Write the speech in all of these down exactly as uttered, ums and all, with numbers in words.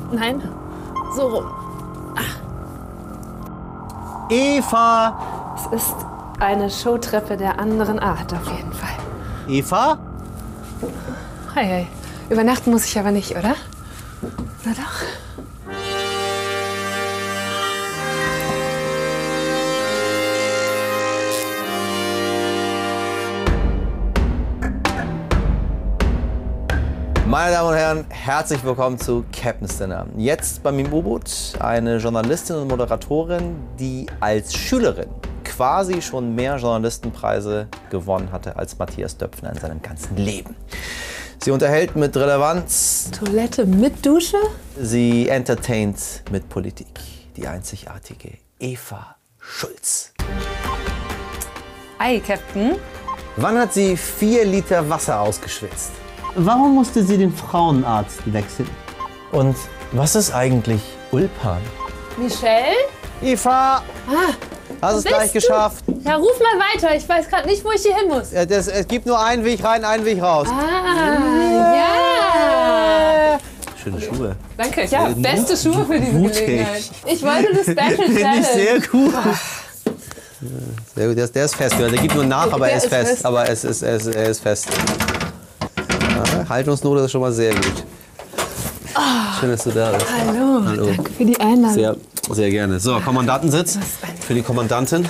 Nein, so rum. Ah. Eva! Es ist eine Showtreppe der anderen Art, auf jeden Fall. Eva? Hey, hey. Übernachten muss ich aber nicht, oder? Na doch. Meine Damen und Herren, herzlich willkommen zu Captain's Dinner. Jetzt bei mir im U-Boot eine Journalistin und Moderatorin, die als Schülerin quasi schon mehr Journalistenpreise gewonnen hatte als Matthias Döpfner in seinem ganzen Leben. Sie unterhält mit Relevanz. Toilette mit Dusche? Sie entertaint mit Politik. Die einzigartige Eva Schulz. Ei, Captain. Wann hat sie vier Liter Wasser ausgeschwitzt? Warum musste sie den Frauenarzt wechseln? Und was ist eigentlich Ulpan? Michelle? Eva! Ah, hast es bist gleich du? geschafft. Ja, ruf mal weiter. Ich weiß gerade nicht, wo ich hier hin muss. Ja, das, es gibt nur einen Weg rein, einen Weg raus. Ah, ja. Schöne Schuhe. Danke. Ja, Äh, beste mutig. Schuhe für diese Mutig. Gelegenheit. Ich wollte eine Special Finde ich Challenge. sehr gut. Sehr gut, der ist, der ist fest. Der gibt nur nach, aber Der er ist ist fest. fest. Aber es ist, er ist, er ist fest. Ja, Haltungsnote ist schon mal sehr gut. Schön, dass du da bist. Hallo, Hallo. danke für die Einladung. Sehr, sehr gerne. So, Kommandantensitz ein- für die Kommandantin.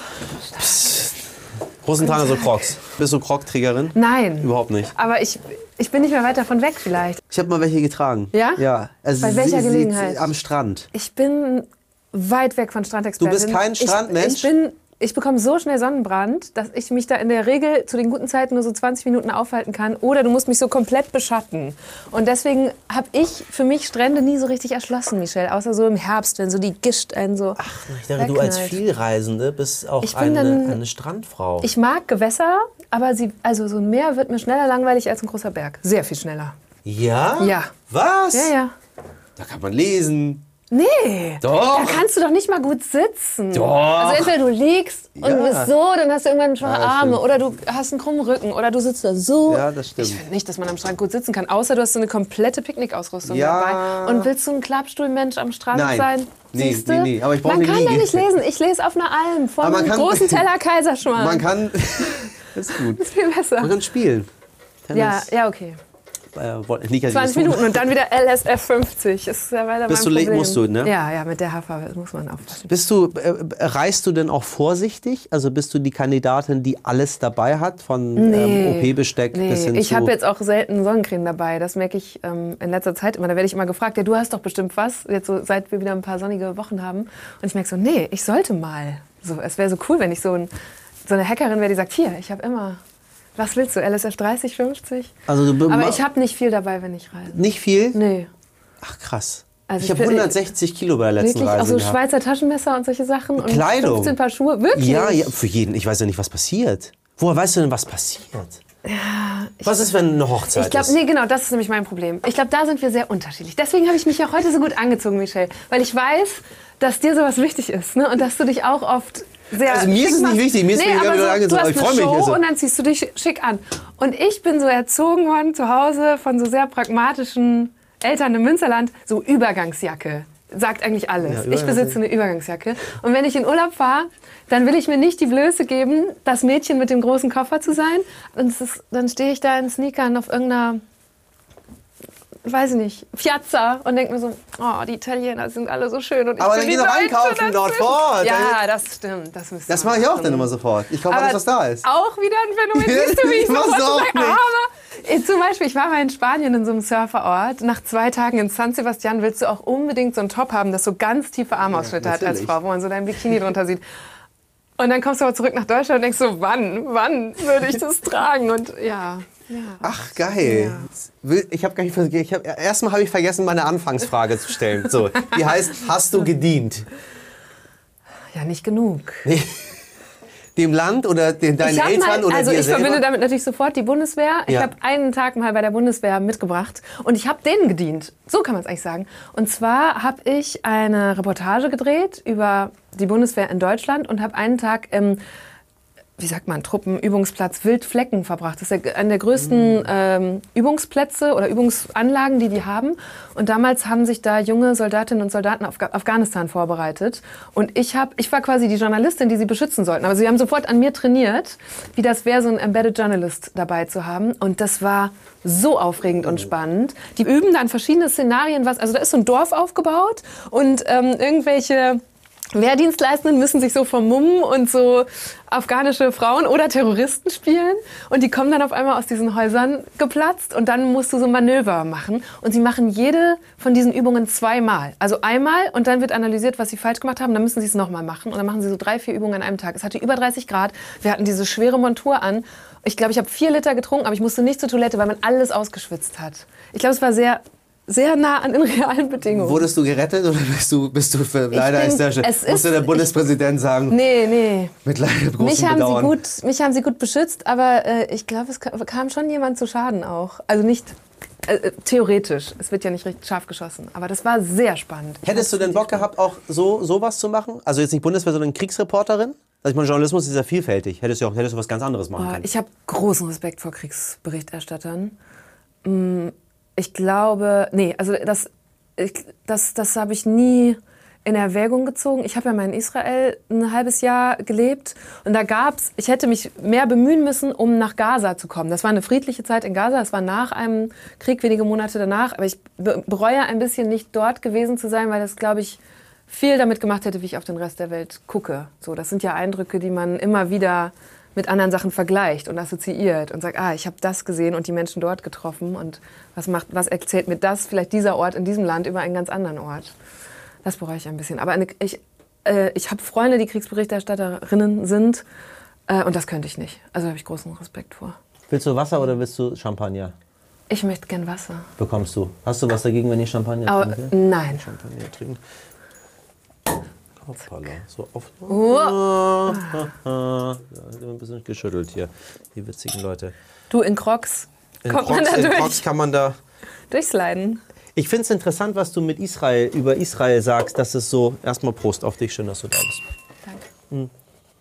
Großen tragen so Crocs. Bist du Croc-Trägerin? Nein. Überhaupt nicht. Aber ich, ich bin nicht mehr weit davon weg vielleicht. Ich habe mal welche getragen. Ja? Ja. Also Bei welcher sie- sie- Gelegenheit? Am Strand. Ich bin weit weg von Strandexpertin. Du bist kein Strandmensch? Ich, ich bin, ich bekomme so schnell Sonnenbrand, dass ich mich da in der Regel zu den guten Zeiten nur so zwanzig Minuten aufhalten kann. Oder du musst mich so komplett beschatten. Und deswegen habe ich für mich Strände nie so richtig erschlossen, Michelle. Außer so im Herbst, wenn so die Gischt einen so Ach, ich dachte, du als wegknallt. Vielreisende bist auch Ich bin eine, dann- eine Strandfrau. Ich mag Gewässer, aber sie, also so ein Meer wird mir schneller langweilig als ein großer Berg. Sehr viel schneller. Ja? Ja. Was? Ja, ja. Da kann man lesen. Nee, Doch. da kannst du doch nicht mal gut sitzen. Doch. Also entweder du liegst und Ja. bist so, dann hast du irgendwann schwache Ja, das Arme. stimmt. Oder du hast einen krummen Rücken. Oder du sitzt da so. Ja, das stimmt. Ich finde nicht, dass man am Strand gut sitzen kann. Außer du hast so eine komplette Picknickausrüstung Ja. dabei. Und willst du ein Klappstuhlmensch am Strand Nein. sein? Nee, Siehste? nee, nee. Aber ich brauche Man eine kann da Liege. nicht lesen. Ich lese auf einer Alm vor Aber man einem kann- großen Teller Kaiserschmarrn. Man kann. Das ist gut. Das ist viel besser. Man kann spielen. Ja, Tennis, ja, okay. äh, wollte- nicht, dass ich zwanzig das- Minuten und dann wieder L S F fünfzig. Das ist ja weiter Bist mein du le- Problem. musst du, ne? Ja, ja, mit der Hafer muss man aufpassen. Bist du, äh, reist du denn auch vorsichtig? Also bist du die Kandidatin, die alles dabei hat? Von ähm, O P-Besteck bis Nee, hin ich zu... habe jetzt auch selten Sonnencreme dabei. Das merke ich ähm, in letzter Zeit immer. Da werde ich immer gefragt, ja, du hast doch bestimmt was, jetzt so, seit wir wieder ein paar sonnige Wochen haben. Und ich merke so, nee, ich sollte mal. So, es wäre so cool, wenn ich so, ein, so eine Hackerin wäre, die sagt, hier, ich habe immer, was willst du, L S F dreißig, fünfzig? Also du, Aber ich habe nicht viel dabei, wenn ich reise. Nicht viel? Nee. Ach krass. Also ich ich habe bin- hundertsechzig Kilo bei der letzten Wirklich, auch Reise so gehabt. Schweizer Taschenmesser und solche Sachen. Und Kleidung. fünfzehn Paar Schuhe, wirklich? Ja, ja, für jeden. Ich weiß ja nicht, was passiert. Woher weißt du denn, was passiert? Was ist, wenn eine Hochzeit Ich glaube, ist? nee, genau, das ist nämlich mein Problem. Ich glaube, da sind wir sehr unterschiedlich. Deswegen habe ich mich ja heute so gut angezogen, Michelle. Weil ich weiß, dass dir sowas wichtig ist, ne? Und dass du dich auch oft sehr Also mir schick ist es nicht machst. wichtig, mir ist nee, mir aber wieder so, angezogen, du aber hast ich eine freu mich, Show also. und dann ziehst du dich schick an. Und ich bin so erzogen worden zu Hause von so sehr pragmatischen Eltern im Münsterland, so Übergangsjacke. Sagt eigentlich alles. Ja, ich besitze eine Übergangsjacke. Und wenn ich in Urlaub fahre, dann will ich mir nicht die Blöße geben, das Mädchen mit dem großen Koffer zu sein. Und es ist, dann stehe ich da in Sneakern auf irgendeiner, weiß ich nicht, Piazza und denke mir so, oh, die Italiener sind alle so schön. Und ich Aber bin dann die geh doch Deutsche einkaufen dort dazwischen. vor Ort. Ja, das stimmt. Das, müsste Das man mache ich auch machen. dann immer sofort. Ich kaufe Aber alles, was da ist. Auch wieder ein Phänomen. Siehst du, wie ich Ich mach's sofort auch sage, nicht. aber äh, zum Beispiel, ich war mal in Spanien in so einem Surferort. Nach zwei Tagen in San Sebastian willst du auch unbedingt so einen Top haben, das so ganz tiefe Armausschnitte hat als natürlich. Frau, wo man so dein Bikini drunter sieht. Und dann kommst du aber zurück nach Deutschland und denkst so, wann, wann würde ich das tragen? Und ja, ja. Ach, geil. Ich habe gar nicht vergessen. Ich hab, erstmal habe ich vergessen, meine Anfangsfrage zu stellen. So, die heißt, hast du gedient? Ja, nicht genug. Dem Land oder den, deinen Ich hab Eltern mal, oder also dir ich selber? verbinde damit natürlich sofort die Bundeswehr. Ich Ja. habe einen Tag mal bei der Bundeswehr mitgebracht und ich habe denen gedient. So kann man es eigentlich sagen. Und zwar habe ich eine Reportage gedreht über die Bundeswehr in Deutschland und habe einen Tag im wie sagt man, Truppenübungsplatz Wildflecken verbracht. Das ist der, einer der größten ähm, Übungsplätze oder Übungsanlagen, die die haben. Und damals haben sich da junge Soldatinnen und Soldaten auf Afghanistan vorbereitet. Und ich, hab, ich war quasi die Journalistin, die sie beschützen sollten. Aber sie haben sofort an mir trainiert, wie das wäre, so ein Embedded Journalist dabei zu haben. Und das war so aufregend und spannend. Die üben dann verschiedene Szenarien. Was, also da ist so ein Dorf aufgebaut und ähm, irgendwelche Wehrdienstleistenden müssen sich so vermummen und so afghanische Frauen oder Terroristen spielen. Und die kommen dann auf einmal aus diesen Häusern geplatzt und dann musst du so Manöver machen. Und sie machen jede von diesen Übungen zweimal. Also einmal und dann wird analysiert, was sie falsch gemacht haben. Dann müssen sie es nochmal machen. Und dann machen sie so drei, vier Übungen an einem Tag. Es hatte über dreißig Grad. Wir hatten diese schwere Montur an. Ich glaube, ich habe vier Liter getrunken, aber ich musste nicht zur Toilette, weil man alles ausgeschwitzt hat. Ich glaube, es war sehr... sehr nah an den realen Bedingungen. Wurdest du gerettet oder bist du, bist du für, leider bin, ist der, es musste ist, der Bundespräsident ich, sagen? Nee, nee. Mit leider großem mich haben Bedauern. Sie gut, mich haben sie gut beschützt, aber äh, ich glaube, es kam, kam schon jemand zu Schaden auch. Also nicht äh, theoretisch, es wird ja nicht richtig scharf geschossen, aber das war sehr spannend. Hättest du denn Bock gehabt, auch so sowas zu machen? Also jetzt nicht Bundeswehr, sondern Kriegsreporterin? Also ich meine, Journalismus ist ja vielfältig. Hättest du auch hättest du was ganz anderes machen oh, können. Ich habe großen Respekt vor Kriegsberichterstattern. Ich glaube, nee, also das Ich, das das habe ich nie in Erwägung gezogen. Ich habe ja mal in Israel ein halbes Jahr gelebt und da gab's, ich hätte mich mehr bemühen müssen, um nach Gaza zu kommen. Das war eine friedliche Zeit in Gaza, das war nach einem Krieg, wenige Monate danach. Aber ich bereue ein bisschen, nicht dort gewesen zu sein, weil das, glaube ich, viel damit gemacht hätte, wie ich auf den Rest der Welt gucke. So, das sind ja Eindrücke, die man immer wieder mit anderen Sachen vergleicht und assoziiert und sagt, ah, ich habe das gesehen und die Menschen dort getroffen und was macht, was erzählt mir das, vielleicht dieser Ort in diesem Land über einen ganz anderen Ort. Das bereue ich ein bisschen. Aber eine, ich, äh, ich habe Freunde, die Kriegsberichterstatterinnen sind äh, und das könnte ich nicht. Also da habe ich großen Respekt vor. Willst du Wasser oder willst du Champagner? Ich möchte gern Wasser. Bekommst du. Hast du was dagegen, wenn ich Champagner Aber, trinke? nein. Champagner trinken. Hoppala, so oft. Oh. Ja, ein bisschen geschüttelt hier, die witzigen Leute. Du, in Crocs in kommt Crocs, man da in durch. Crocs kann man da... Durchsliden. Ich finde es interessant, was du mit Israel, über Israel sagst, dass es so... Erstmal Prost auf dich, schön, dass du da bist. Danke. Hm.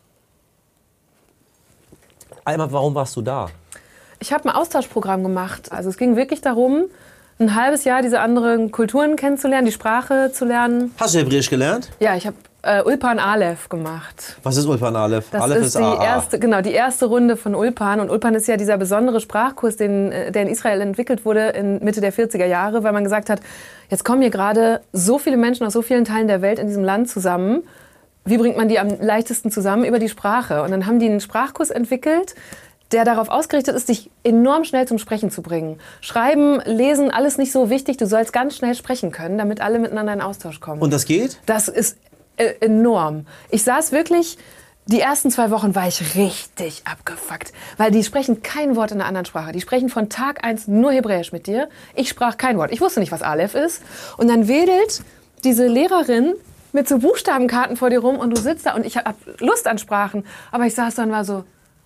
Einmal, warum warst du da? Ich habe ein Austauschprogramm gemacht. Also es ging wirklich darum, ein halbes Jahr diese anderen Kulturen kennenzulernen, die Sprache zu lernen. Hast du Hebräisch gelernt? Ja, ich habe äh, Ulpan Aleph gemacht. Was ist Ulpan Aleph? Das Aleph ist, ist die A A. erste, genau, die erste Runde von Ulpan. Und Ulpan ist ja dieser besondere Sprachkurs, den, äh, der in Israel entwickelt wurde in Mitte der vierziger Jahre, weil man gesagt hat, jetzt kommen hier gerade so viele Menschen aus so vielen Teilen der Welt in diesem Land zusammen. Wie bringt man die am leichtesten zusammen? Über die Sprache. Und dann haben die einen Sprachkurs entwickelt, der darauf ausgerichtet ist, dich enorm schnell zum Sprechen zu bringen. Schreiben, lesen, alles nicht so wichtig. Du sollst ganz schnell sprechen können, damit alle miteinander in Austausch kommen. Und das geht? Das ist äh, enorm. Ich saß wirklich, die ersten zwei Wochen war ich richtig abgefuckt. Weil die sprechen kein Wort in einer anderen Sprache. Die sprechen von Tag eins nur Hebräisch mit dir. Ich sprach kein Wort. Ich wusste nicht, was Aleph ist. Und dann wedelt diese Lehrerin mit so Buchstabenkarten vor dir rum und du sitzt da und ich habe Lust an Sprachen. Aber ich saß da und war so...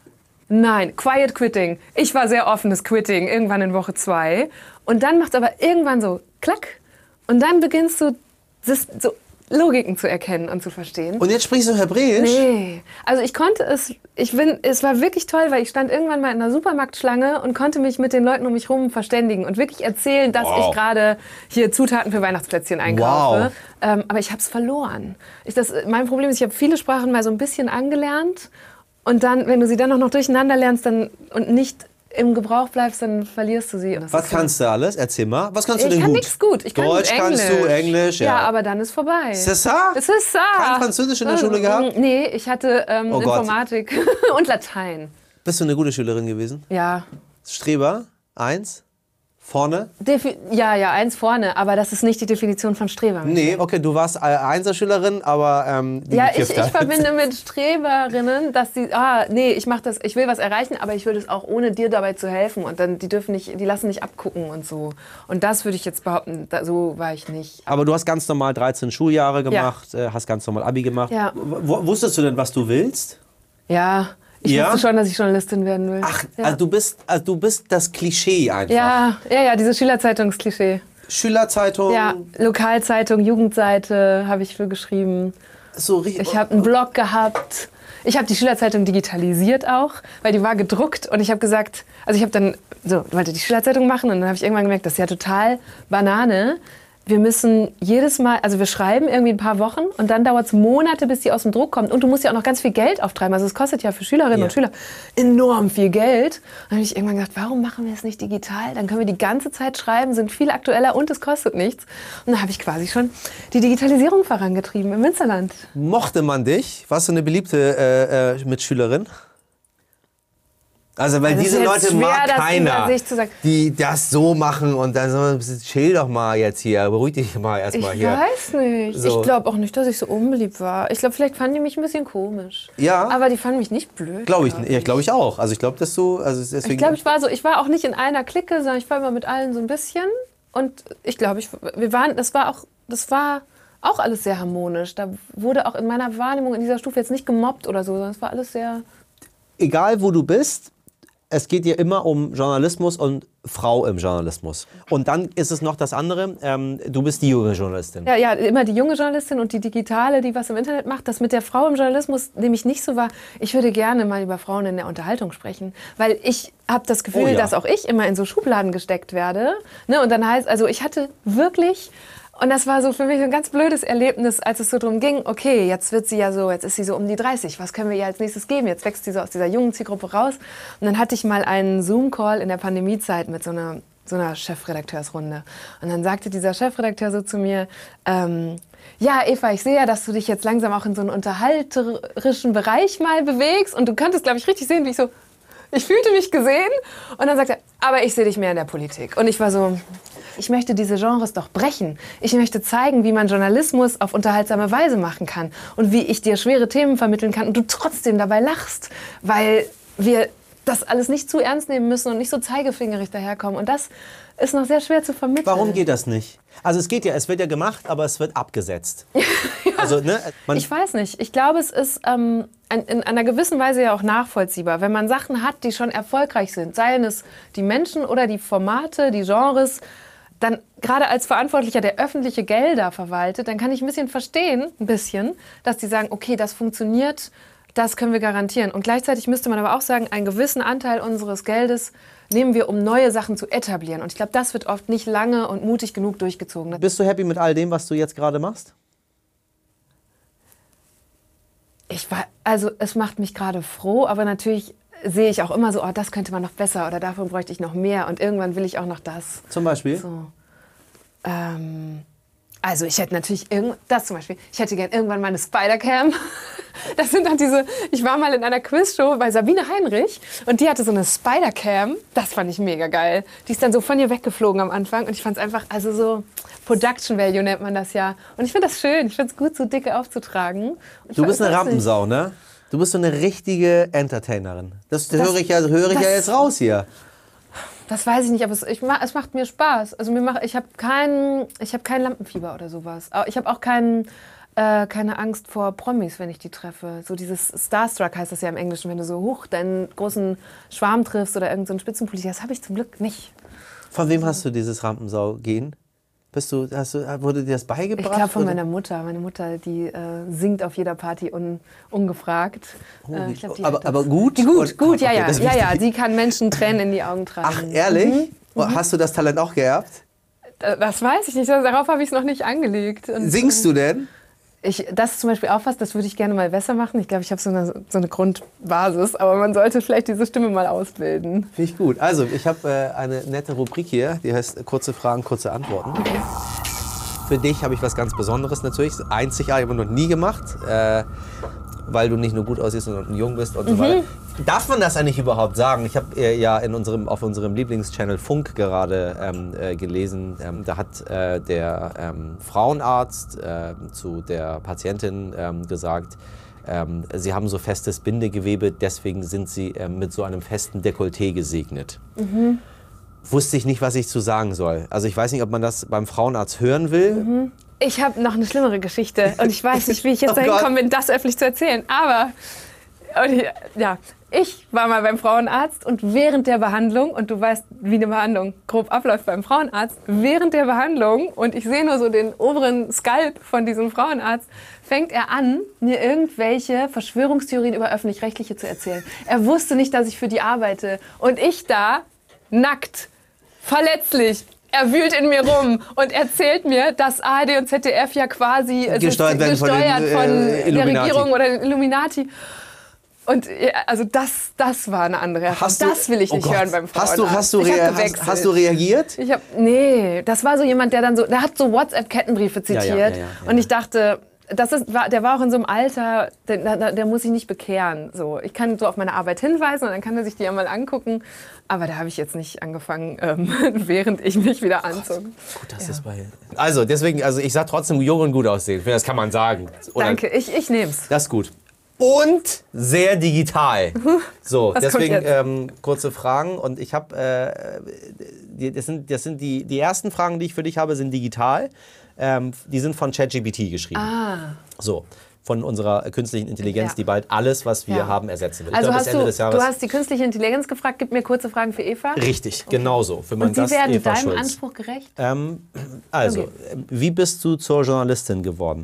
Nein, Quiet Quitting. Ich war sehr offenes Quitting, irgendwann in Woche zwei. Und dann macht es aber irgendwann so klack. Und dann beginnst du so Logiken zu erkennen und zu verstehen. Und jetzt sprichst du Hebräisch? Nee. Also ich konnte es, ich bin, es war wirklich toll, weil ich stand irgendwann mal in einer Supermarktschlange und konnte mich mit den Leuten um mich herum verständigen und wirklich erzählen, dass wow. ich gerade hier Zutaten für Weihnachtsplätzchen einkaufe. Wow. Ähm, aber ich habe es verloren. Ich, das, mein Problem ist, ich habe viele Sprachen mal so ein bisschen angelernt. Und dann, wenn du sie dann auch noch durcheinander lernst dann, und nicht im Gebrauch bleibst, dann verlierst du sie. Und das Was ist kannst du alles? Erzähl mal. Was kannst du ich denn kann gut? nichts gut. Ich kann Deutsch gut Englisch. kannst du, Englisch, ja. Ja, aber dann ist vorbei. C'est ça? Es ist ça. Kein Französisch in der Schule gehabt? Nee, ich hatte ähm, Oh Gott. Informatik und Latein. Bist du eine gute Schülerin gewesen? Ja. Streber? Eins? Vorne? Defi ja, ja, eins vorne, aber das ist nicht die Definition von Streber. Nee, okay, du warst äh, Einserschülerin, aber ähm, die Ja, ich, gekifft ich hat. verbinde mit Streberinnen, dass die, ah, nee, ich mach das, ich will was erreichen, aber ich würde es auch ohne dir dabei zu helfen und dann, die dürfen nicht, die lassen nicht abgucken und so. Und das würde ich jetzt behaupten, da, so war ich nicht. Aber du hast ganz normal dreizehn Schuljahre gemacht, äh, hast ganz normal Abi gemacht. Ja. W wusstest du denn, was du willst? Ja, ich Ja? wusste schon, dass ich Journalistin werden will. Ach, ja. also du bist, also du bist das Klischee einfach. Ja, ja, ja, dieses Schülerzeitungsklischee. Schülerzeitung. Ja, Lokalzeitung, Jugendseite habe ich für geschrieben. So richtig. Ich habe einen Blog gehabt. Ich habe die Schülerzeitung digitalisiert auch, weil die war gedruckt. Und ich habe gesagt, also ich habe dann, so, wollte die Schülerzeitung machen. Und dann habe ich irgendwann gemerkt, das ist ja total Banane. Wir müssen jedes Mal, also wir schreiben irgendwie ein paar Wochen und dann dauert es Monate, bis die aus dem Druck kommt. Und du musst ja auch noch ganz viel Geld auftreiben. Also es kostet ja für Schülerinnen Ja. und Schüler enorm viel Geld. Und dann habe ich irgendwann gedacht, warum machen wir es nicht digital? Dann können wir die ganze Zeit schreiben, sind viel aktueller und es kostet nichts. Und dann habe ich quasi schon die Digitalisierung vorangetrieben im Münsterland. Mochte man dich? Warst du eine beliebte äh, äh, Mitschülerin? Also, weil Also es diese ist jetzt Leute schwer, mag das keiner, über sich zu sagen. die das so machen und dann so, chill doch mal jetzt hier, beruhig dich mal Ich erstmal hier. weiß nicht. So. Ich glaube auch nicht, dass ich so unbeliebt war. Ich glaube, vielleicht fanden die mich ein bisschen komisch. Ja. Aber die fanden mich nicht blöd. Glaube ich, ja, glaube ich auch. Also ich glaube, dass du, also deswegen. Ich glaube, ich war so, ich war auch nicht in einer Clique, sondern ich war immer mit allen so ein bisschen. Und ich glaube, ich, wir waren, das war auch, das war auch alles sehr harmonisch. Da wurde auch in meiner Wahrnehmung in dieser Stufe jetzt nicht gemobbt oder so, sondern es war alles sehr. Egal wo du bist, es geht ja immer um Journalismus und Frau im Journalismus. Und dann ist es noch das andere, ähm, du bist die junge Journalistin. Ja, ja, immer die junge Journalistin und die Digitale, die was im Internet macht. Das mit der Frau im Journalismus nämlich nicht so war. Ich würde gerne mal über Frauen in der Unterhaltung sprechen, weil ich habe das Gefühl, Oh ja. dass auch ich immer in so Schubladen gesteckt werde. Ne? Und dann heißt, also ich hatte wirklich, und das war so für mich ein ganz blödes Erlebnis, als es so darum ging, okay, jetzt wird sie ja so, jetzt ist sie so um die dreißig, was können wir ihr als nächstes geben? Jetzt wächst sie so aus dieser jungen Zielgruppe raus. Und dann hatte ich mal einen Zoom-Call in der Pandemiezeit mit so einer, so einer Chefredakteursrunde. Und dann sagte dieser Chefredakteur so zu mir, ähm, ja, Eva, ich sehe ja, dass du dich jetzt langsam auch in so einen unterhalterischen Bereich mal bewegst. Und du könntest, glaube ich, richtig sehen, wie ich so, ich fühlte mich gesehen. Und dann sagt er, aber ich sehe dich mehr in der Politik. Und ich war so, ich möchte diese Genres doch brechen. Ich möchte zeigen, wie man Journalismus auf unterhaltsame Weise machen kann. Und wie ich dir schwere Themen vermitteln kann und du trotzdem dabei lachst. Weil wir das alles nicht zu ernst nehmen müssen und nicht so zeigefingerig daherkommen. Und das ist noch sehr schwer zu vermitteln. Warum geht das nicht? Also es geht ja, es wird ja gemacht, aber es wird abgesetzt. ja. Also, ne, man Ich weiß nicht. Ich glaube, es ist ähm, in, in einer gewissen Weise ja auch nachvollziehbar. Wenn man Sachen hat, die schon erfolgreich sind, seien es die Menschen oder die Formate, die Genres, dann gerade als Verantwortlicher, der öffentliche Gelder verwaltet, dann kann ich ein bisschen verstehen, ein bisschen, dass die sagen, okay, das funktioniert, das können wir garantieren. Und gleichzeitig müsste man aber auch sagen, einen gewissen Anteil unseres Geldes nehmen wir, um neue Sachen zu etablieren. Und ich glaube, das wird oft nicht lange und mutig genug durchgezogen. bist du happy mit all dem, was du jetzt gerade machst? Ich war, also es macht mich gerade froh, aber natürlich sehe ich auch immer so, oh, das könnte man noch besser oder davon bräuchte ich noch mehr und irgendwann will ich auch noch das. Zum Beispiel? So. Ähm, also ich hätte natürlich irgend, das zum Beispiel, ich hätte gern irgendwann mal eine Spider-Cam. Das sind dann diese, ich war mal in einer Quizshow bei Sabine Heinrich und die hatte so eine Spider-Cam, das fand ich mega geil. Die ist dann so von ihr weggeflogen am Anfang und ich fand es einfach, also so Production Value nennt man das ja. Und ich finde das schön, ich finde es gut, so dicke aufzutragen. Und Du bist eine weiß nicht. Rampensau, ne? Du bist so eine richtige Entertainerin. Das, Das- höre ich, ja, höre ich ja das- jetzt raus hier. Das weiß ich nicht, aber es, ich, ma- es macht mir Spaß. Also mir mach, ich habe kein, ich hab kein Lampenfieber oder sowas. Aber ich habe auch kein, äh, keine Angst vor Promis, wenn ich die treffe. So dieses Starstruck heißt das ja im Englischen, wenn du so hoch deinen großen Schwarm triffst oder irgendeinen so Spitzenpolitiker. Das habe ich zum Glück nicht. Von wem hast du dieses Rampensau-Gehen? Bist du, hast du, wurde dir das beigebracht? Ich glaube von oder? meiner Mutter. Meine Mutter, die äh, singt auf jeder Party un, ungefragt. Oh, Äh, wie- ich glaub, die aber, hat das. aber gut? Die gut, Und- gut, ja, okay, ja, das ist ja, ja. wichtig. Sie kann Menschen Tränen in die Augen tragen. Ach, ehrlich? Mhm. Hast du das Talent auch geerbt? Äh, Das weiß ich nicht. Darauf habe ich es noch nicht angelegt. Und, Singst du denn? Ich, das ist zum Beispiel auch was, das würde ich gerne mal besser machen. Ich glaube, ich habe so eine, so eine Grundbasis, aber man sollte vielleicht diese Stimme mal ausbilden. Finde ich gut. Also, ich habe äh, eine nette Rubrik hier, die heißt kurze Fragen, kurze Antworten. Für dich habe ich was ganz Besonderes natürlich, einzigartig, aber noch nie gemacht, äh, weil du nicht nur gut aussiehst, sondern jung bist und so weiter. Darf man das eigentlich überhaupt sagen? Ich habe äh, ja in unserem, auf unserem Lieblingschannel Funk gerade ähm, äh, gelesen, ähm, da hat äh, der ähm, Frauenarzt äh, zu der Patientin ähm, gesagt, ähm, sie haben so festes Bindegewebe, deswegen sind sie ähm, mit so einem festen Dekolleté gesegnet. Mhm. Wusste ich nicht, was ich zu sagen soll. Also ich weiß nicht, ob man das beim Frauenarzt hören will. Ich habe noch eine schlimmere Geschichte und ich weiß nicht, wie ich jetzt Oh dahin Gott. komme, bin, das öffentlich zu erzählen. Aber, und ich, ja, ich war mal beim Frauenarzt und während der Behandlung, und du weißt, wie eine Behandlung grob abläuft beim Frauenarzt, während der Behandlung, und ich sehe nur so den oberen Skalp von diesem Frauenarzt, fängt er an, mir irgendwelche Verschwörungstheorien über Öffentlich-Rechtliche zu erzählen. Er wusste nicht, dass ich für die arbeite. Und ich da, nackt, verletzlich, er wühlt in mir rum und erzählt mir, dass A R D und Z D F ja quasi äh, Gesteuert werden von gesteuert den, äh, von der Illuminati. Regierung oder den Illuminati. Und ja, also das, das war eine andere Erfahrung. Hast du- Das will ich oh nicht Gott. hören beim Frauenarzt. Hast du, hast, du Ich hab rea- hast, gewechselt. hast du reagiert? Ich hab, nee, das war so jemand, der dann so, der hat so WhatsApp-Kettenbriefe zitiert. Ja, ja, ja, ja, ja. Und ich dachte, das ist, war, der war auch in so einem Alter, der, der, der muss sich nicht bekehren. So, ich kann so auf meine Arbeit hinweisen und dann kann er sich die ja mal angucken. Aber da habe ich jetzt nicht angefangen, ähm, während ich mich wieder anzog. Gut, das ist bei. Also, deswegen, also ich sag trotzdem jung und gut aussehen. Das kann man sagen. Oder- Danke, ich, ich nehm's. Das ist gut. Und sehr digital. So, Was kommt deswegen jetzt? ähm, kurze Fragen. Und ich habe, äh, die- das sind, das sind die, die ersten Fragen, die ich für dich habe, sind digital. Ähm, die sind von ChatGPT geschrieben. Ah. So, von unserer künstlichen Intelligenz, Ja. die bald alles, was wir Ja. haben, ersetzen wird. Ich Also glaub, bis hast Ende du, des Jahres. du hast die künstliche Intelligenz gefragt, gib mir kurze Fragen für Eva. Richtig, genauso. Für mein Und sie Gast werden Eva deinem Schulz. Anspruch gerecht? Ähm, also, Okay. äh, wie bist du zur Journalistin geworden?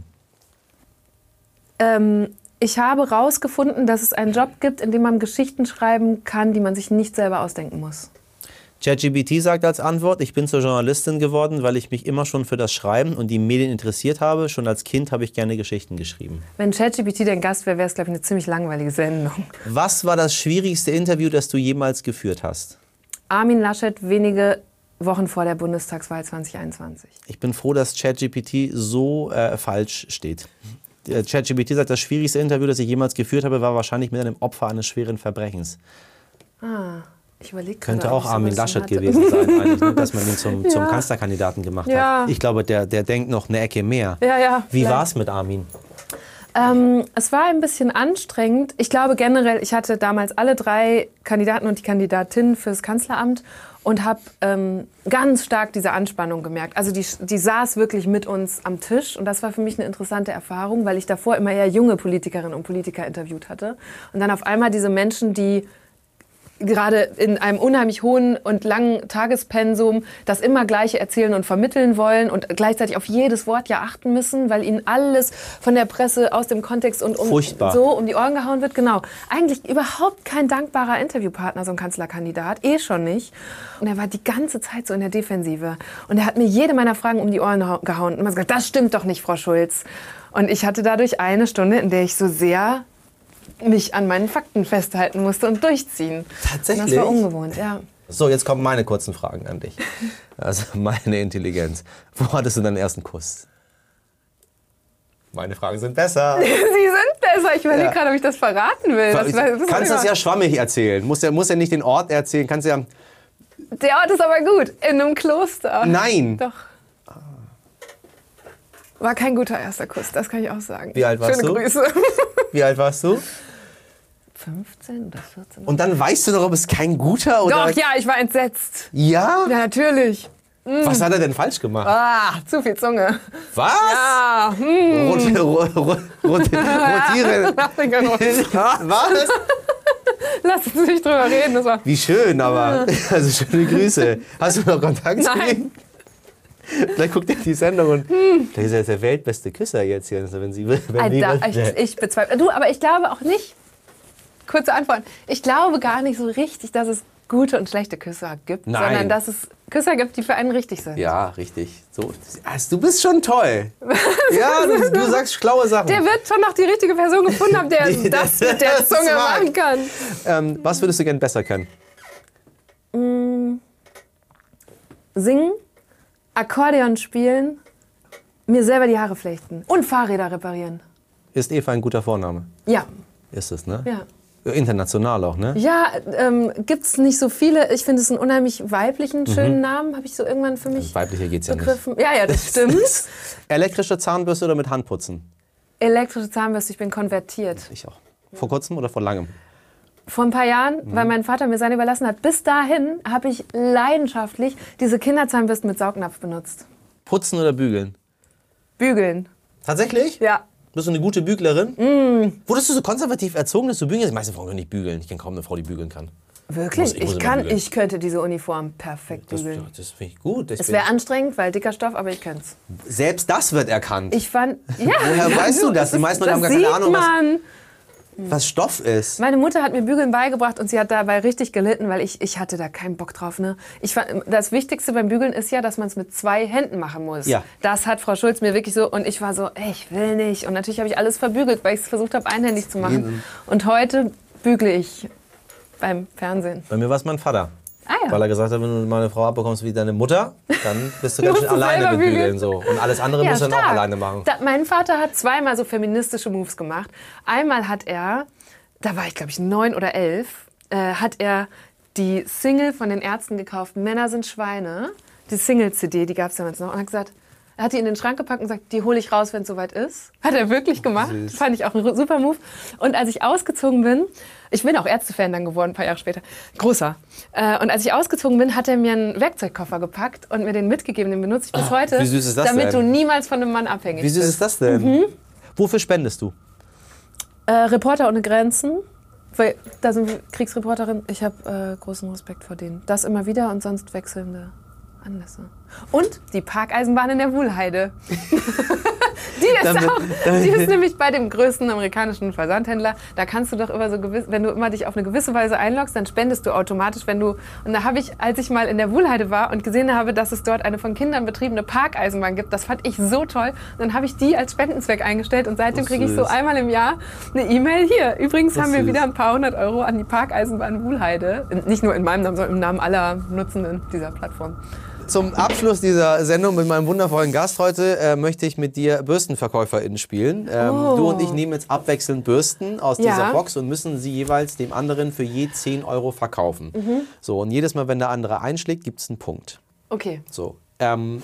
Ähm, ich habe herausgefunden, dass es einen Job gibt, in dem man Geschichten schreiben kann, die man sich nicht selber ausdenken muss. ChatGPT sagt als Antwort, ich bin zur Journalistin geworden, weil ich mich immer schon für das Schreiben und die Medien interessiert habe. Schon als Kind habe ich gerne Geschichten geschrieben. Wenn ChatGPT dein Gast wäre, wäre es, glaube ich, eine ziemlich langweilige Sendung. Was war das schwierigste Interview, das du jemals geführt hast? Armin Laschet wenige Wochen vor der Bundestagswahl zwanzig einundzwanzig. Ich bin froh, dass ChatGPT so äh, falsch steht. Der ChatGPT sagt, das schwierigste Interview, das ich jemals geführt habe, war wahrscheinlich mit einem Opfer eines schweren Verbrechens. Ah, ich überlege Könnte gerade, ob auch ich Armin sowas Laschet hatte. gewesen sein, eigentlich, ne, dass man ihn zum, zum Ja. Kanzlerkandidaten gemacht Ja. hat. Ich glaube, der, der denkt noch eine Ecke mehr. Ja, ja. Wie vielleicht. war es mit Armin? Ähm, es war ein bisschen anstrengend. Ich glaube generell, ich hatte damals alle drei Kandidaten und die Kandidatin fürs Kanzleramt und habe ähm, ganz stark diese Anspannung gemerkt. Also die, die saß wirklich mit uns am Tisch und das war für mich eine interessante Erfahrung, weil ich davor immer eher junge Politikerinnen und Politiker interviewt hatte. Und dann auf einmal diese Menschen, die gerade in einem unheimlich hohen und langen Tagespensum das immer Gleiche erzählen und vermitteln wollen und gleichzeitig auf jedes Wort ja achten müssen, weil ihnen alles von der Presse aus dem Kontext und um, Furchtbar. so um die Ohren gehauen wird. Genau. Eigentlich überhaupt kein dankbarer Interviewpartner, so ein Kanzlerkandidat. Eh schon nicht. Und er war die ganze Zeit so in der Defensive. Und er hat mir jede meiner Fragen um die Ohren hau- gehauen. Und immer gesagt, das stimmt doch nicht, Frau Schulz. Und ich hatte dadurch eine Stunde, in der ich so sehr mich an meinen Fakten festhalten musste und durchziehen. Tatsächlich? Und das war ungewohnt, ja. So, jetzt kommen meine kurzen Fragen an dich. Also meine Intelligenz. Wo hattest du deinen ersten Kuss? Meine Fragen sind besser. Sie sind besser. Ich überlege Ja. gerade, ob ich das verraten will. Das, Du das ist kannst das immer- ja schwammig erzählen. Muss ja, muss ja nicht den Ort erzählen. Kannst ja. Der Ort ist aber gut. In einem Kloster. Nein. Doch. War kein guter erster Kuss, das kann ich auch sagen. Wie alt warst Schöne du? Grüße. Wie alt warst du? fünfzehn oder vierzehn? Und dann weißt du noch, ob es kein guter oder. Doch, ja, ich war entsetzt. Ja? Ja, natürlich. Was hat er denn falsch gemacht? Ah, zu viel Zunge. Was? Ah, hm. Rot, ro, ro, rot, rotieren. Was? Lass uns nicht drüber reden. Das war Wie schön, aber. Also schöne Grüße. Hast du noch Kontakt zu Nein. ihm? Vielleicht guckt er die Sendung und vielleicht ist er der weltbeste Küsser jetzt hier. Also wenn sie, wenn die, Alter, ich, ich bezweifle. Du, aber ich glaube auch nicht. Kurze Antwort. Ich glaube gar nicht so richtig, dass es gute und schlechte Küsser gibt, Nein. sondern dass es Küsser gibt, die für einen richtig sind. Ja, richtig. So. Also, du bist schon toll. Ja, du, du sagst schlaue Sachen. Der wird schon noch die richtige Person gefunden haben, der Die- das mit der das Zunge mag. machen kann. Ähm, was würdest du gern besser können? Singen, Akkordeon spielen, mir selber die Haare flechten und Fahrräder reparieren. Ist Eva ein guter Vorname? Ja, Ist es, ne? ja. International auch, ne? Ja, ähm, gibt es nicht so viele. Ich finde es einen unheimlich weiblichen, schönen Namen, habe ich so irgendwann für mich Weiblicher geht's ja nicht. begriffen. Ja, ja, das stimmt. Elektrische Zahnbürste oder mit Handputzen? Elektrische Zahnbürste, ich bin konvertiert. Ich auch. Vor kurzem oder vor langem? Vor ein paar Jahren, Mhm. weil mein Vater mir seine überlassen hat, bis dahin habe ich leidenschaftlich diese Kinderzahnbürsten mit Saugnapf benutzt. Putzen oder bügeln? Bügeln. Tatsächlich? Ja. Bist du eine gute Büglerin? Mm. Wurdest du so konservativ erzogen, dass du bügeln kannst? Die meisten Frauen können nicht bügeln. Ich kenne kaum eine Frau, die bügeln kann. Wirklich? Ich muss- ich muss Ich, immer kann, bügeln. ich könnte diese Uniform perfekt Das, bügeln. das finde ich gut. Das Es find wäre anstrengend, weil dicker Stoff, aber ich könnte es. ich- Selbst das wird erkannt. Ich fand, ja. Woher weißt du das? Die ist- meisten Leute haben gar sieht keine Ahnung, was, man. was Stoff ist. Meine Mutter hat mir Bügeln beigebracht und sie hat dabei richtig gelitten, weil ich, ich hatte da keinen Bock drauf. Ne? Ich fand, das Wichtigste beim Bügeln ist ja, dass man es mit zwei Händen machen muss. Ja. Das hat Frau Schulz mir wirklich so, und ich war so, ey, ich will nicht. Und natürlich habe ich alles verbügelt, weil ich es versucht habe, einhändig zu machen. Und heute bügle ich beim Fernsehen. Bei mir war es mein Vater. Ah ja. Weil er gesagt hat, wenn du mal eine Frau abbekommst wie deine Mutter, dann bist du ganz Musst schön du alleine selber mit Bügeln. bügeln. So. Und alles andere musst du dann auch stark. alleine machen. Da, mein Vater hat zweimal so feministische Moves gemacht. Einmal hat er, da war ich glaube ich neun oder elf, äh, hat er die Single von den Ärzten gekauft, Männer sind Schweine, die Single-C D, die gab es damals noch, und hat gesagt, er hat die in den Schrank gepackt und gesagt, die hole ich raus, wenn es soweit ist. Hat er wirklich gemacht. Süß. Fand ich auch ein super Move. Und als ich ausgezogen bin, ich bin auch Ärztefan dann geworden, ein paar Jahre später, großer. Äh, und als ich ausgezogen bin, hat er mir einen Werkzeugkoffer gepackt und mir den mitgegeben. Den benutze ich bis heute, wie süß ist das damit denn? du niemals von einem Mann abhängig Wie süß bist. ist das denn? Mhm. Wofür spendest du? Äh, Reporter ohne Grenzen. Weil da sind wir Kriegsreporterin. Ich habe äh, großen Respekt vor denen. Das immer wieder und sonst wechselnde Anlässe. Und die Parkeisenbahn in der Wuhlheide. die, ist Damit- auch, die ist nämlich bei dem größten amerikanischen Versandhändler. Da kannst du doch immer so gewiss, wenn du immer dich auf eine gewisse Weise einloggst, dann spendest du automatisch, wenn du. Und da habe ich, als ich mal in der Wuhlheide war und gesehen habe, dass es dort eine von Kindern betriebene Parkeisenbahn gibt, das fand ich so toll. Dann habe ich die als Spendenzweck eingestellt und seitdem kriege ich so süß. einmal im Jahr eine E-Mail. Hier, übrigens Das haben wir süß. wieder ein paar hundert Euro an die Parkeisenbahn Wuhlheide. Nicht nur in meinem Namen, sondern im Namen aller Nutzenden dieser Plattform. Zum Abschluss dieser Sendung mit meinem wundervollen Gast heute äh, möchte ich mit dir BürstenverkäuferInnen spielen. Ähm, Oh. Du und ich nehmen jetzt abwechselnd Bürsten aus Ja. dieser Box und müssen sie jeweils dem anderen für je zehn Euro verkaufen. Mhm. So, und jedes Mal, wenn der andere einschlägt, gibt es einen Punkt. Okay. So. Ähm.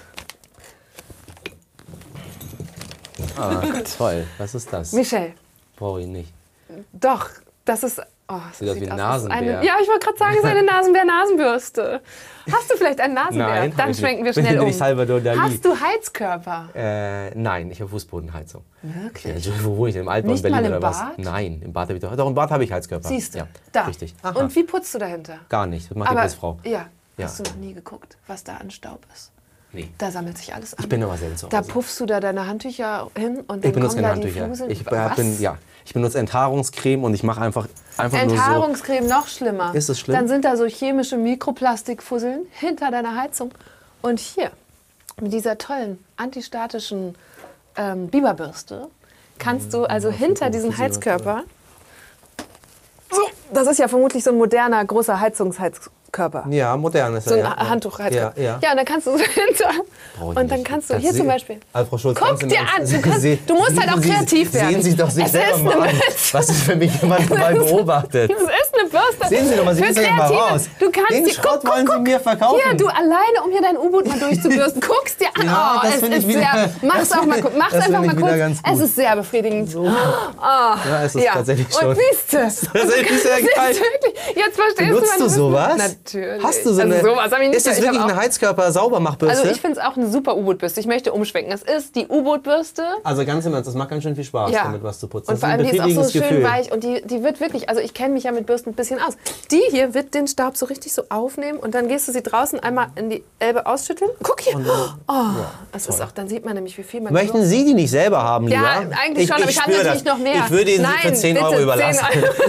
Ah, toll. Was ist das? Michelle, Brauche ich nicht. doch, das ist. Oh, das Sieht aus wie ein das ist Nasenbär. Eine, ja, ich wollte gerade sagen, es ist eine Nasenbär-Nasenbürste. Hast du vielleicht einen Nasenbär? Nein, hab Dann ich schwenken wir nicht. Bin schnell ja um. nicht Salvador Dali. Hast du Heizkörper? Äh, nein, ich habe Fußbodenheizung. Wirklich? Ja, Entschuldigung, wo wohne ich denn? Im Altbau in Nicht Berlin mal im oder was? Bad? Nein, im Bad habe ich doch. Doch, im Bad habe ich Heizkörper. Siehst du, Ja, da. richtig. Und wie putzt du dahinter? Gar nicht. Das macht die Aber, Putzfrau. ja, Ja. hast du noch nie geguckt, was da an Staub ist? Nee. Da sammelt sich alles an. Ich bin aber selten zu Da Hause. puffst du da deine Handtücher hin und dann Ich benutze kommen keine da die Handtücher. Fluseln. Ich, äh, Was? bin, ja, ich benutze Enthaarungscreme und ich mache einfach, einfach nur so. Enthaarungscreme noch schlimmer. Ist es schlimm? Dann sind da so chemische Mikroplastikfusseln hinter deiner Heizung. Und hier, mit dieser tollen antistatischen ähm, Biberbürste, kannst du also hinter diesen Heizkörper. So, das ist ja vermutlich so ein moderner, großer Heizungsheizkörper. Ja, modern ist So ein er, ja. Handtuchheizkörper. Ja, ja. Ja, und dann kannst du so hinter. Brauch ich Und dann nicht. kannst du Das hier seh- zum Beispiel. Also Frau Schulz, Guck ganz im dir Ernst, an, Sie- du, kannst, Sie- du musst halt auch Sie- kreativ werden. Sehen Sie doch sich Es selber ist mal eine an, was ist, wenn mich jemand dabei beobachtet. Das ist eine Bürste. Sehen Sie doch mal, Sie Für müssen ja mal Kreative. raus. Du kannst Den die, Schrott guck, wollen guck, Sie guck. mir verkaufen. Hier, du alleine, um hier dein U-Boot mal durchzubürsten. Guck's dir an. Ja, oh, das es find ich ist wieder- sehr. Mach's das auch mal find kurz. ich- Mach's das einfach find mal ich wieder kurz. ganz gut. Es ist sehr befriedigend. Ja, es ist tatsächlich schon. Und siehst du. Tatsächlich sehr geil. Jetzt verstehst Benutzt du du sowas? Natürlich. Hast du so also eine, sowas hab ich nicht. ist das Ich hab wirklich auch- eine Heizkörper-Saubermachbürste? Also ich finde es auch eine super U-Boot-Bürste. Ich möchte umschwenken. Es ist die U-Boot-Bürste. Also ganz im Ernst, das macht ganz schön viel Spaß, Ja. damit was zu putzen. Und Das vor ist ein allem, die ist auch so befriedigendes schön Gefühl. weich und die, die wird wirklich, also ich kenne mich ja mit Bürsten ein bisschen aus. Die hier wird den Staub so richtig so aufnehmen und dann gehst du sie draußen einmal in die Elbe ausschütteln. Guck hier. Oh, das ist auch, dann sieht man nämlich, wie viel man Möchten so- Sie die nicht selber haben, lieber? Ja, eigentlich schon, aber ich habe spür natürlich das. noch mehr. Ich würde Ihnen Nein, sie für zehn bitte, Euro überlassen. zehn Euro.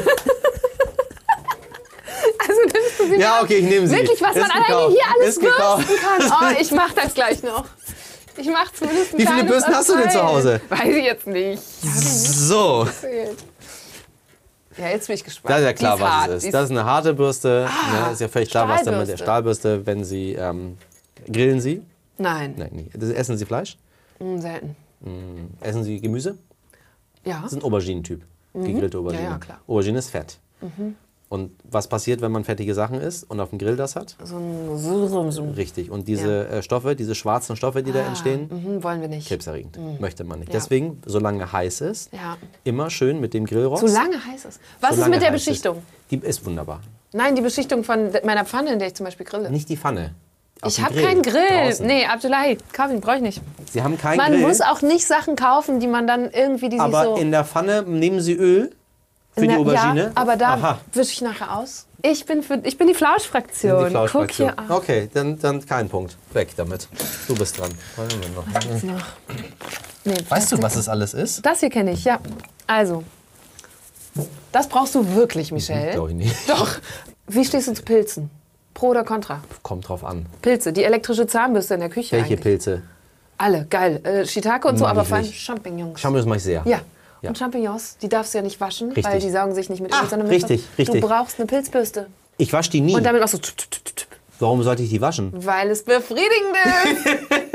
Also nimmst du sie Ja, mal. okay, ich nehme sie. Wirklich, was Ist man alleine gekauft. hier alles Ist gekauft. bürsten kann. Oh, ich mach das gleich noch. Ich mach zumindest ein Wie viele kleines Bürsten hast du denn zu Abteil. Hause? Weiß ich jetzt nicht. So, Erzählt. Ja, jetzt bin ich gespannt. das ist ja klar, Die was hart. es Die ist. Das ist eine harte Bürste. Ah, ne, ist ja völlig klar, was damit der Stahlbürste. Stahlbürste, wenn Sie ähm, grillen Sie? Nein, Nein, nie. Das- Essen Sie Fleisch? mm, selten. Essen Sie Gemüse? Ja. Das ist ein Auberginentyp. Gegrillte Aubergine. Mhm. Ja, ja, klar. Mhm. Aubergine ist Fett. Und was passiert, wenn man fettige Sachen isst und auf dem Grill das hat? So ein so, so. Richtig. Und diese äh, Stoffe, diese schwarzen Stoffe, die da entstehen, Mhm, wollen wir nicht. krebserregend. Möchte man nicht. Ja. Deswegen, solange heiß ist, Ja. immer schön mit dem Grillrost. Zu lange heiß ist. Was ist Solange mit der heiß ist. Beschichtung? Die ist wunderbar. Nein, die Beschichtung von meiner Pfanne, in der ich zum Beispiel grille. Nicht die Pfanne. Ich habe keinen Grill. Draußen. Nee, Abdullahi, kauf ihn, brauche ich nicht. Sie haben keinen Man Grill. muss auch nicht Sachen kaufen, die man dann irgendwie, die sich aber so... in der Pfanne nehmen Sie Öl für die Na, Aubergine? Ja, aber da Aha. wische ich nachher aus. Ich bin, für, ich bin die Flauschfraktion. Die Flauschfraktion. Guck hier an. Okay, dann, dann kein Punkt. Weg damit. Du bist dran. Was gibt's noch? Nee, Weißt du, was das alles ist? Das hier kenne ich, ja. Also, das brauchst du wirklich, Michelle. Glaube ich nicht. Doch. Wie stehst du zu Pilzen? Pro oder contra? Kommt drauf an. Pilze, die elektrische Zahnbürste in der Küche Welche eigentlich. Pilze? Alle, geil. Äh, Shiitake und so, Mag aber ich vor allem nicht. Champignons. Champignons mache ich sehr. Ja. Ja. Und Champignons, die darfst du ja nicht waschen, Richtig. weil die saugen sich nicht mit Ah, Öl, sondern mit richtig, was. richtig. Du brauchst eine Pilzbürste. Ich wasche die nie. Und damit machst du... tup, tup, tup, tup, Warum sollte ich die waschen? Weil es befriedigend ist.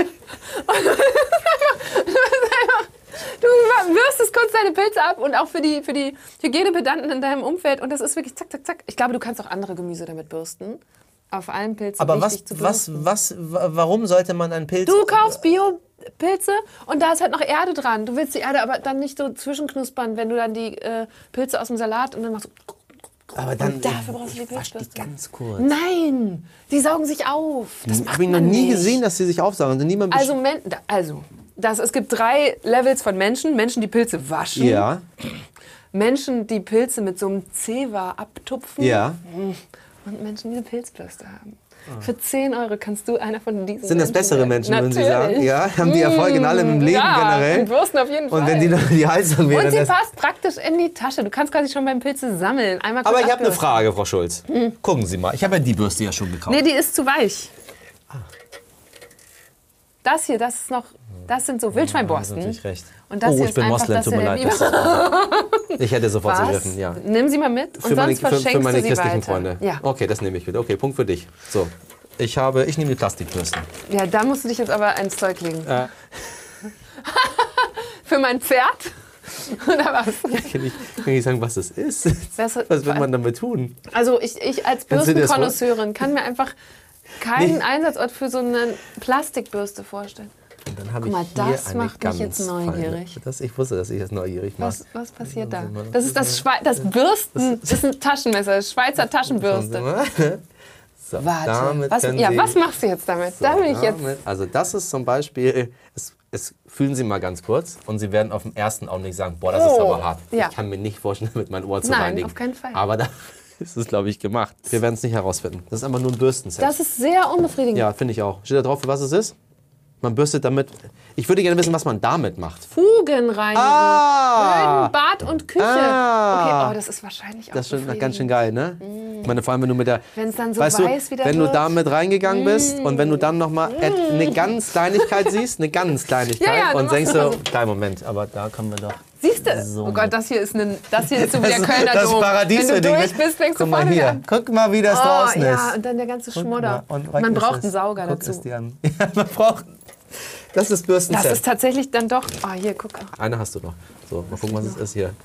Du bürstest kurz deine Pilze ab und auch für die, für die Hygienepedanten in deinem Umfeld. Und das ist wirklich zack, zack, zack. Ich glaube, du kannst auch andere Gemüse damit bürsten. Auf allen Pilzen Aber was, wichtig zu was, bürsten. was, wa- warum sollte man einen Pilz... Du kaufst Bio-Pilze und da ist halt noch Erde dran. Du willst die Erde aber dann nicht so zwischenknuspern, wenn du dann die äh, Pilze aus dem Salat und dann machst du... Aber dann Und dafür brauchst du die ich wasch die Pilzbürste. ganz kurz. Nein, die saugen sich auf. Das macht Habe ich noch man nie nicht. gesehen, dass sie sich aufsaugen. Also, niemand Also, Men da- also das, es gibt drei Levels von Menschen. Menschen, die Pilze waschen. ja, Menschen, die Pilze mit so einem Zewa abtupfen. ja. Und Menschen, die eine Pilzbürste haben. Für zehn Euro kannst du einer von diesen Sind das Menschen bessere werden. Menschen, würden Sie Natürlich. sagen? Ja, haben die Erfolg in allem im Leben ja, generell? und Bürsten auf jeden Fall. Und wenn die noch die Heizung wären... Und sie das- passt praktisch in die Tasche. Du kannst quasi schon beim Pilze sammeln. Einmal kurz Aber ich habe eine abbürsten. Frage, Frau Schulz. Gucken Sie mal, ich habe ja die Bürste ja schon gekauft. Nee, die ist zu weich. Das hier, das ist noch, das sind so Wildschweinborsten. Das ist natürlich recht. Und das oh, hier ich ist bin einfach, Moslem, dass tut mir der leid. Liebe- Das ich hätte sofort Was? zugegriffen, ja. Nimm sie mal mit und Für meine, sonst für, verschenkst für meine du sie christlichen weiter. Freunde. Ja. Okay, das nehme ich wieder. Okay, Punkt für dich. So, ich habe, ich nehme die Plastikbürsten. ja, da musst du dich jetzt aber ins Zeug legen. Äh. Für mein Pferd? Oder was? Kann ich, kann ich sagen, was das ist? Was- Was will man damit tun? Also ich, ich als Kannst du dir das Bürstenkonnoisseurin kann mir einfach keinen Nee. Einsatzort für so eine Plastikbürste vorstellen. Und dann habe Guck mal, ich hier das eine macht mich ganz jetzt neugierig. Feine. Das, ich wusste, dass ich das neugierig mache. Was, was passiert da? Das ist das, Schwe das Bürsten, das ist ein Taschenmesser, das Schweizer Taschenbürste. So, Warte, damit was, können ja, Sie- was machst du jetzt damit? So, da bin ich jetzt. damit- Also das ist zum Beispiel, es, es, fühlen Sie mal ganz kurz und Sie werden auf den ersten Augenblick sagen, boah, das ist Oh, aber hart. ja. Ich kann mir nicht vorstellen, damit mein Ohr zu Nein, reinigen. auf keinen Fall. Aber da ist es, glaube ich, gemacht. Wir werden es nicht herausfinden. Das ist einfach nur ein Bürstenset. Das ist sehr unbefriedigend. Ja, finde ich auch. Steht da drauf, für was es ist? Man bürstet damit. Ich würde gerne wissen, was man damit macht. Fugen reinigen. Ah! Böden, Bad und Küche. Ah! Okay, oh, das ist wahrscheinlich auch Das ist schon befriedigend. ganz schön geil, ne? Ich meine, vor allem, wenn du mit der. Wenn's dann so weißt weiß du, wieder wenn du wird. da mit reingegangen bist und wenn du dann nochmal eine ganz Kleinigkeit siehst, eine ganz Kleinigkeit Ja, ja, du und machst denkst immer so, so. kleinen Moment, aber da kommen wir doch. Siehst du? So. Oh Gott, das hier ist, ein, das hier ist so wie der Das- Kölner das Dom. Paradies Wenn für du dich. durch bist, fängst du Guck mal vorne hier. an. Guck mal, wie das Oh, draußen ja, ist. und dann der ganze Guck Schmodder. mal, und weg Man ist braucht es. einen Sauger Guck dazu. es dir an. Ja, man braucht. Das ist Bürstenset. Das ist tatsächlich dann doch... Oh, hier, guck. Eine hast du noch. So, mal gucken, was es ist hier.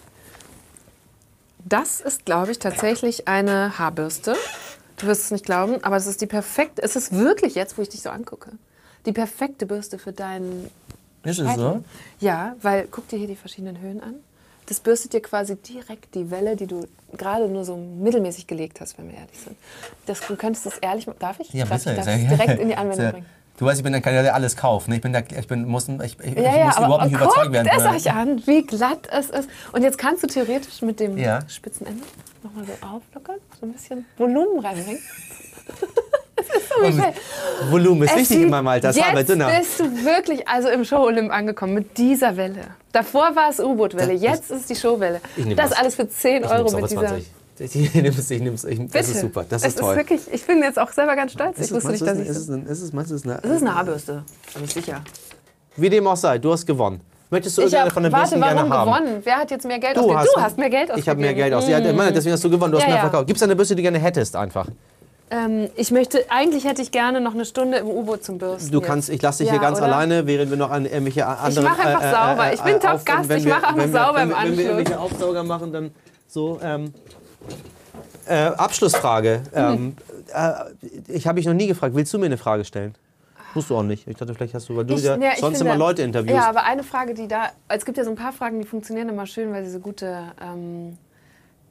Das ist, glaube ich, tatsächlich eine Haarbürste. Du wirst es nicht glauben, aber es ist die perfekte... Es ist wirklich jetzt, wo ich dich so angucke, die perfekte Bürste für deinen... Ist es so? Ja, weil guck dir hier die verschiedenen Höhen an. Das bürstet dir quasi direkt die Welle, die du gerade nur so mittelmäßig gelegt hast, wenn wir ehrlich sind. Das, du könntest das ehrlich... Darf ich? Ja, darf bitte. ich das Sehr gerne. direkt in die Anwendung Sehr- bringen? Du weißt, ich bin der Kandidat, der alles kauft. ne? Ich bin der, ich bin, muss, ich, ich, Ja, ich ja, muss aber überhaupt nicht guckt überzeugt werden. es von- euch an, wie glatt es ist. Und jetzt kannst du theoretisch mit dem Ja. spitzen Ende nochmal so auflockern, so ein bisschen Volumen reinbringen. Das ist so Und Michelle. Volumen ist Es wichtig sieht- in meinem Alter. Das war bei Jetzt dünner. bist du wirklich also im Show-Olymp angekommen mit dieser Welle. Davor war es U-Boot-Welle, jetzt ist es die Showwelle. Ich nehm Das das. alles für zehn Ich Euro nehm's mit aber dieser... zwanzig. Ich nehme es, ich nehme es. Ich, das Bitte. ist super, das es ist toll. Ist wirklich, ich bin jetzt auch selber ganz stolz. Ist Ich es- wusste meinst nicht, du, dass ich ist es, das... ein- ist es, meinst du, es ist eine, Das ist eine Haarbürste, bin ich sicher. Wie dem auch sei, du hast gewonnen. Möchtest du Ich irgendeine hab, von den warte, Bürsten gerne warum haben? gewonnen? Wer hat jetzt mehr Geld Du ausgegeben? hast, Du hast mehr Geld ausgegeben. Ich habe mehr Geld aus. Ja, ich meine, deswegen hast du gewonnen. Du hast Ja, mehr ja. verkauft. Gibt es eine Bürste, die du gerne hättest einfach? Ähm, ich möchte, eigentlich hätte ich gerne noch eine Stunde im U-Boot zum Bürsten. Du jetzt. kannst, ich lasse dich Ja, hier ganz oder? alleine, während wir noch an irgendwelche anderen... mach einfach sauber. Ich bin Top-Gast, wenn ich wir- mach einfach wenn wir- sauber wenn im wir- Wenn wir Anschluss. irgendwelche Aufsauger machen, dann so... Ähm, äh, Abschlussfrage. Ähm, äh, ich habe dich noch nie gefragt. Willst du mir eine Frage stellen? Musst du auch nicht. Ich dachte, vielleicht hast du, weil du Ich- ja ja, ich sonst finde- immer Leute interviewst. Ja, aber eine Frage, die da... Es gibt ja so ein paar Fragen, die funktionieren immer schön, weil sie so gute, ähm,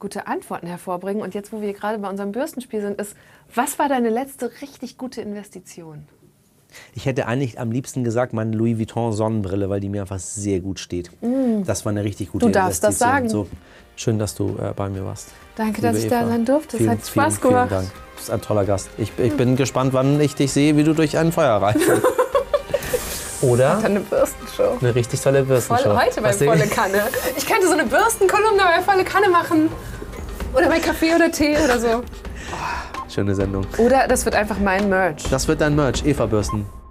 gute Antworten hervorbringen. Und jetzt, wo wir gerade bei unserem Bürstenspiel sind, ist, was war deine letzte richtig gute Investition? Ich hätte eigentlich am liebsten gesagt, meine Louis Vuitton Sonnenbrille, weil die mir einfach sehr gut steht. Mm. Das war eine richtig gute Du darfst Investition. das sagen. So, schön, dass du äh, bei mir warst. Danke, Liebe dass ich Eva. da sein durfte. Es Vielen, hat Spaß vielen, gemacht. Vielen Dank. Du bist ein toller Gast. Ich, ich bin gespannt, wann ich dich sehe, wie du durch ein Feuer reifst. Oder Eine Bürstenshow. eine richtig tolle Bürstenshow. Voll, heute bei Weißt du, Volle Kanne. Ich könnte so eine Bürstenkolumne bei Volle Kanne machen. Oder bei Kaffee oder Tee oder so. Schöne Sendung. Oder das wird einfach mein Merch. Das wird dein Merch, Eva Bürsten.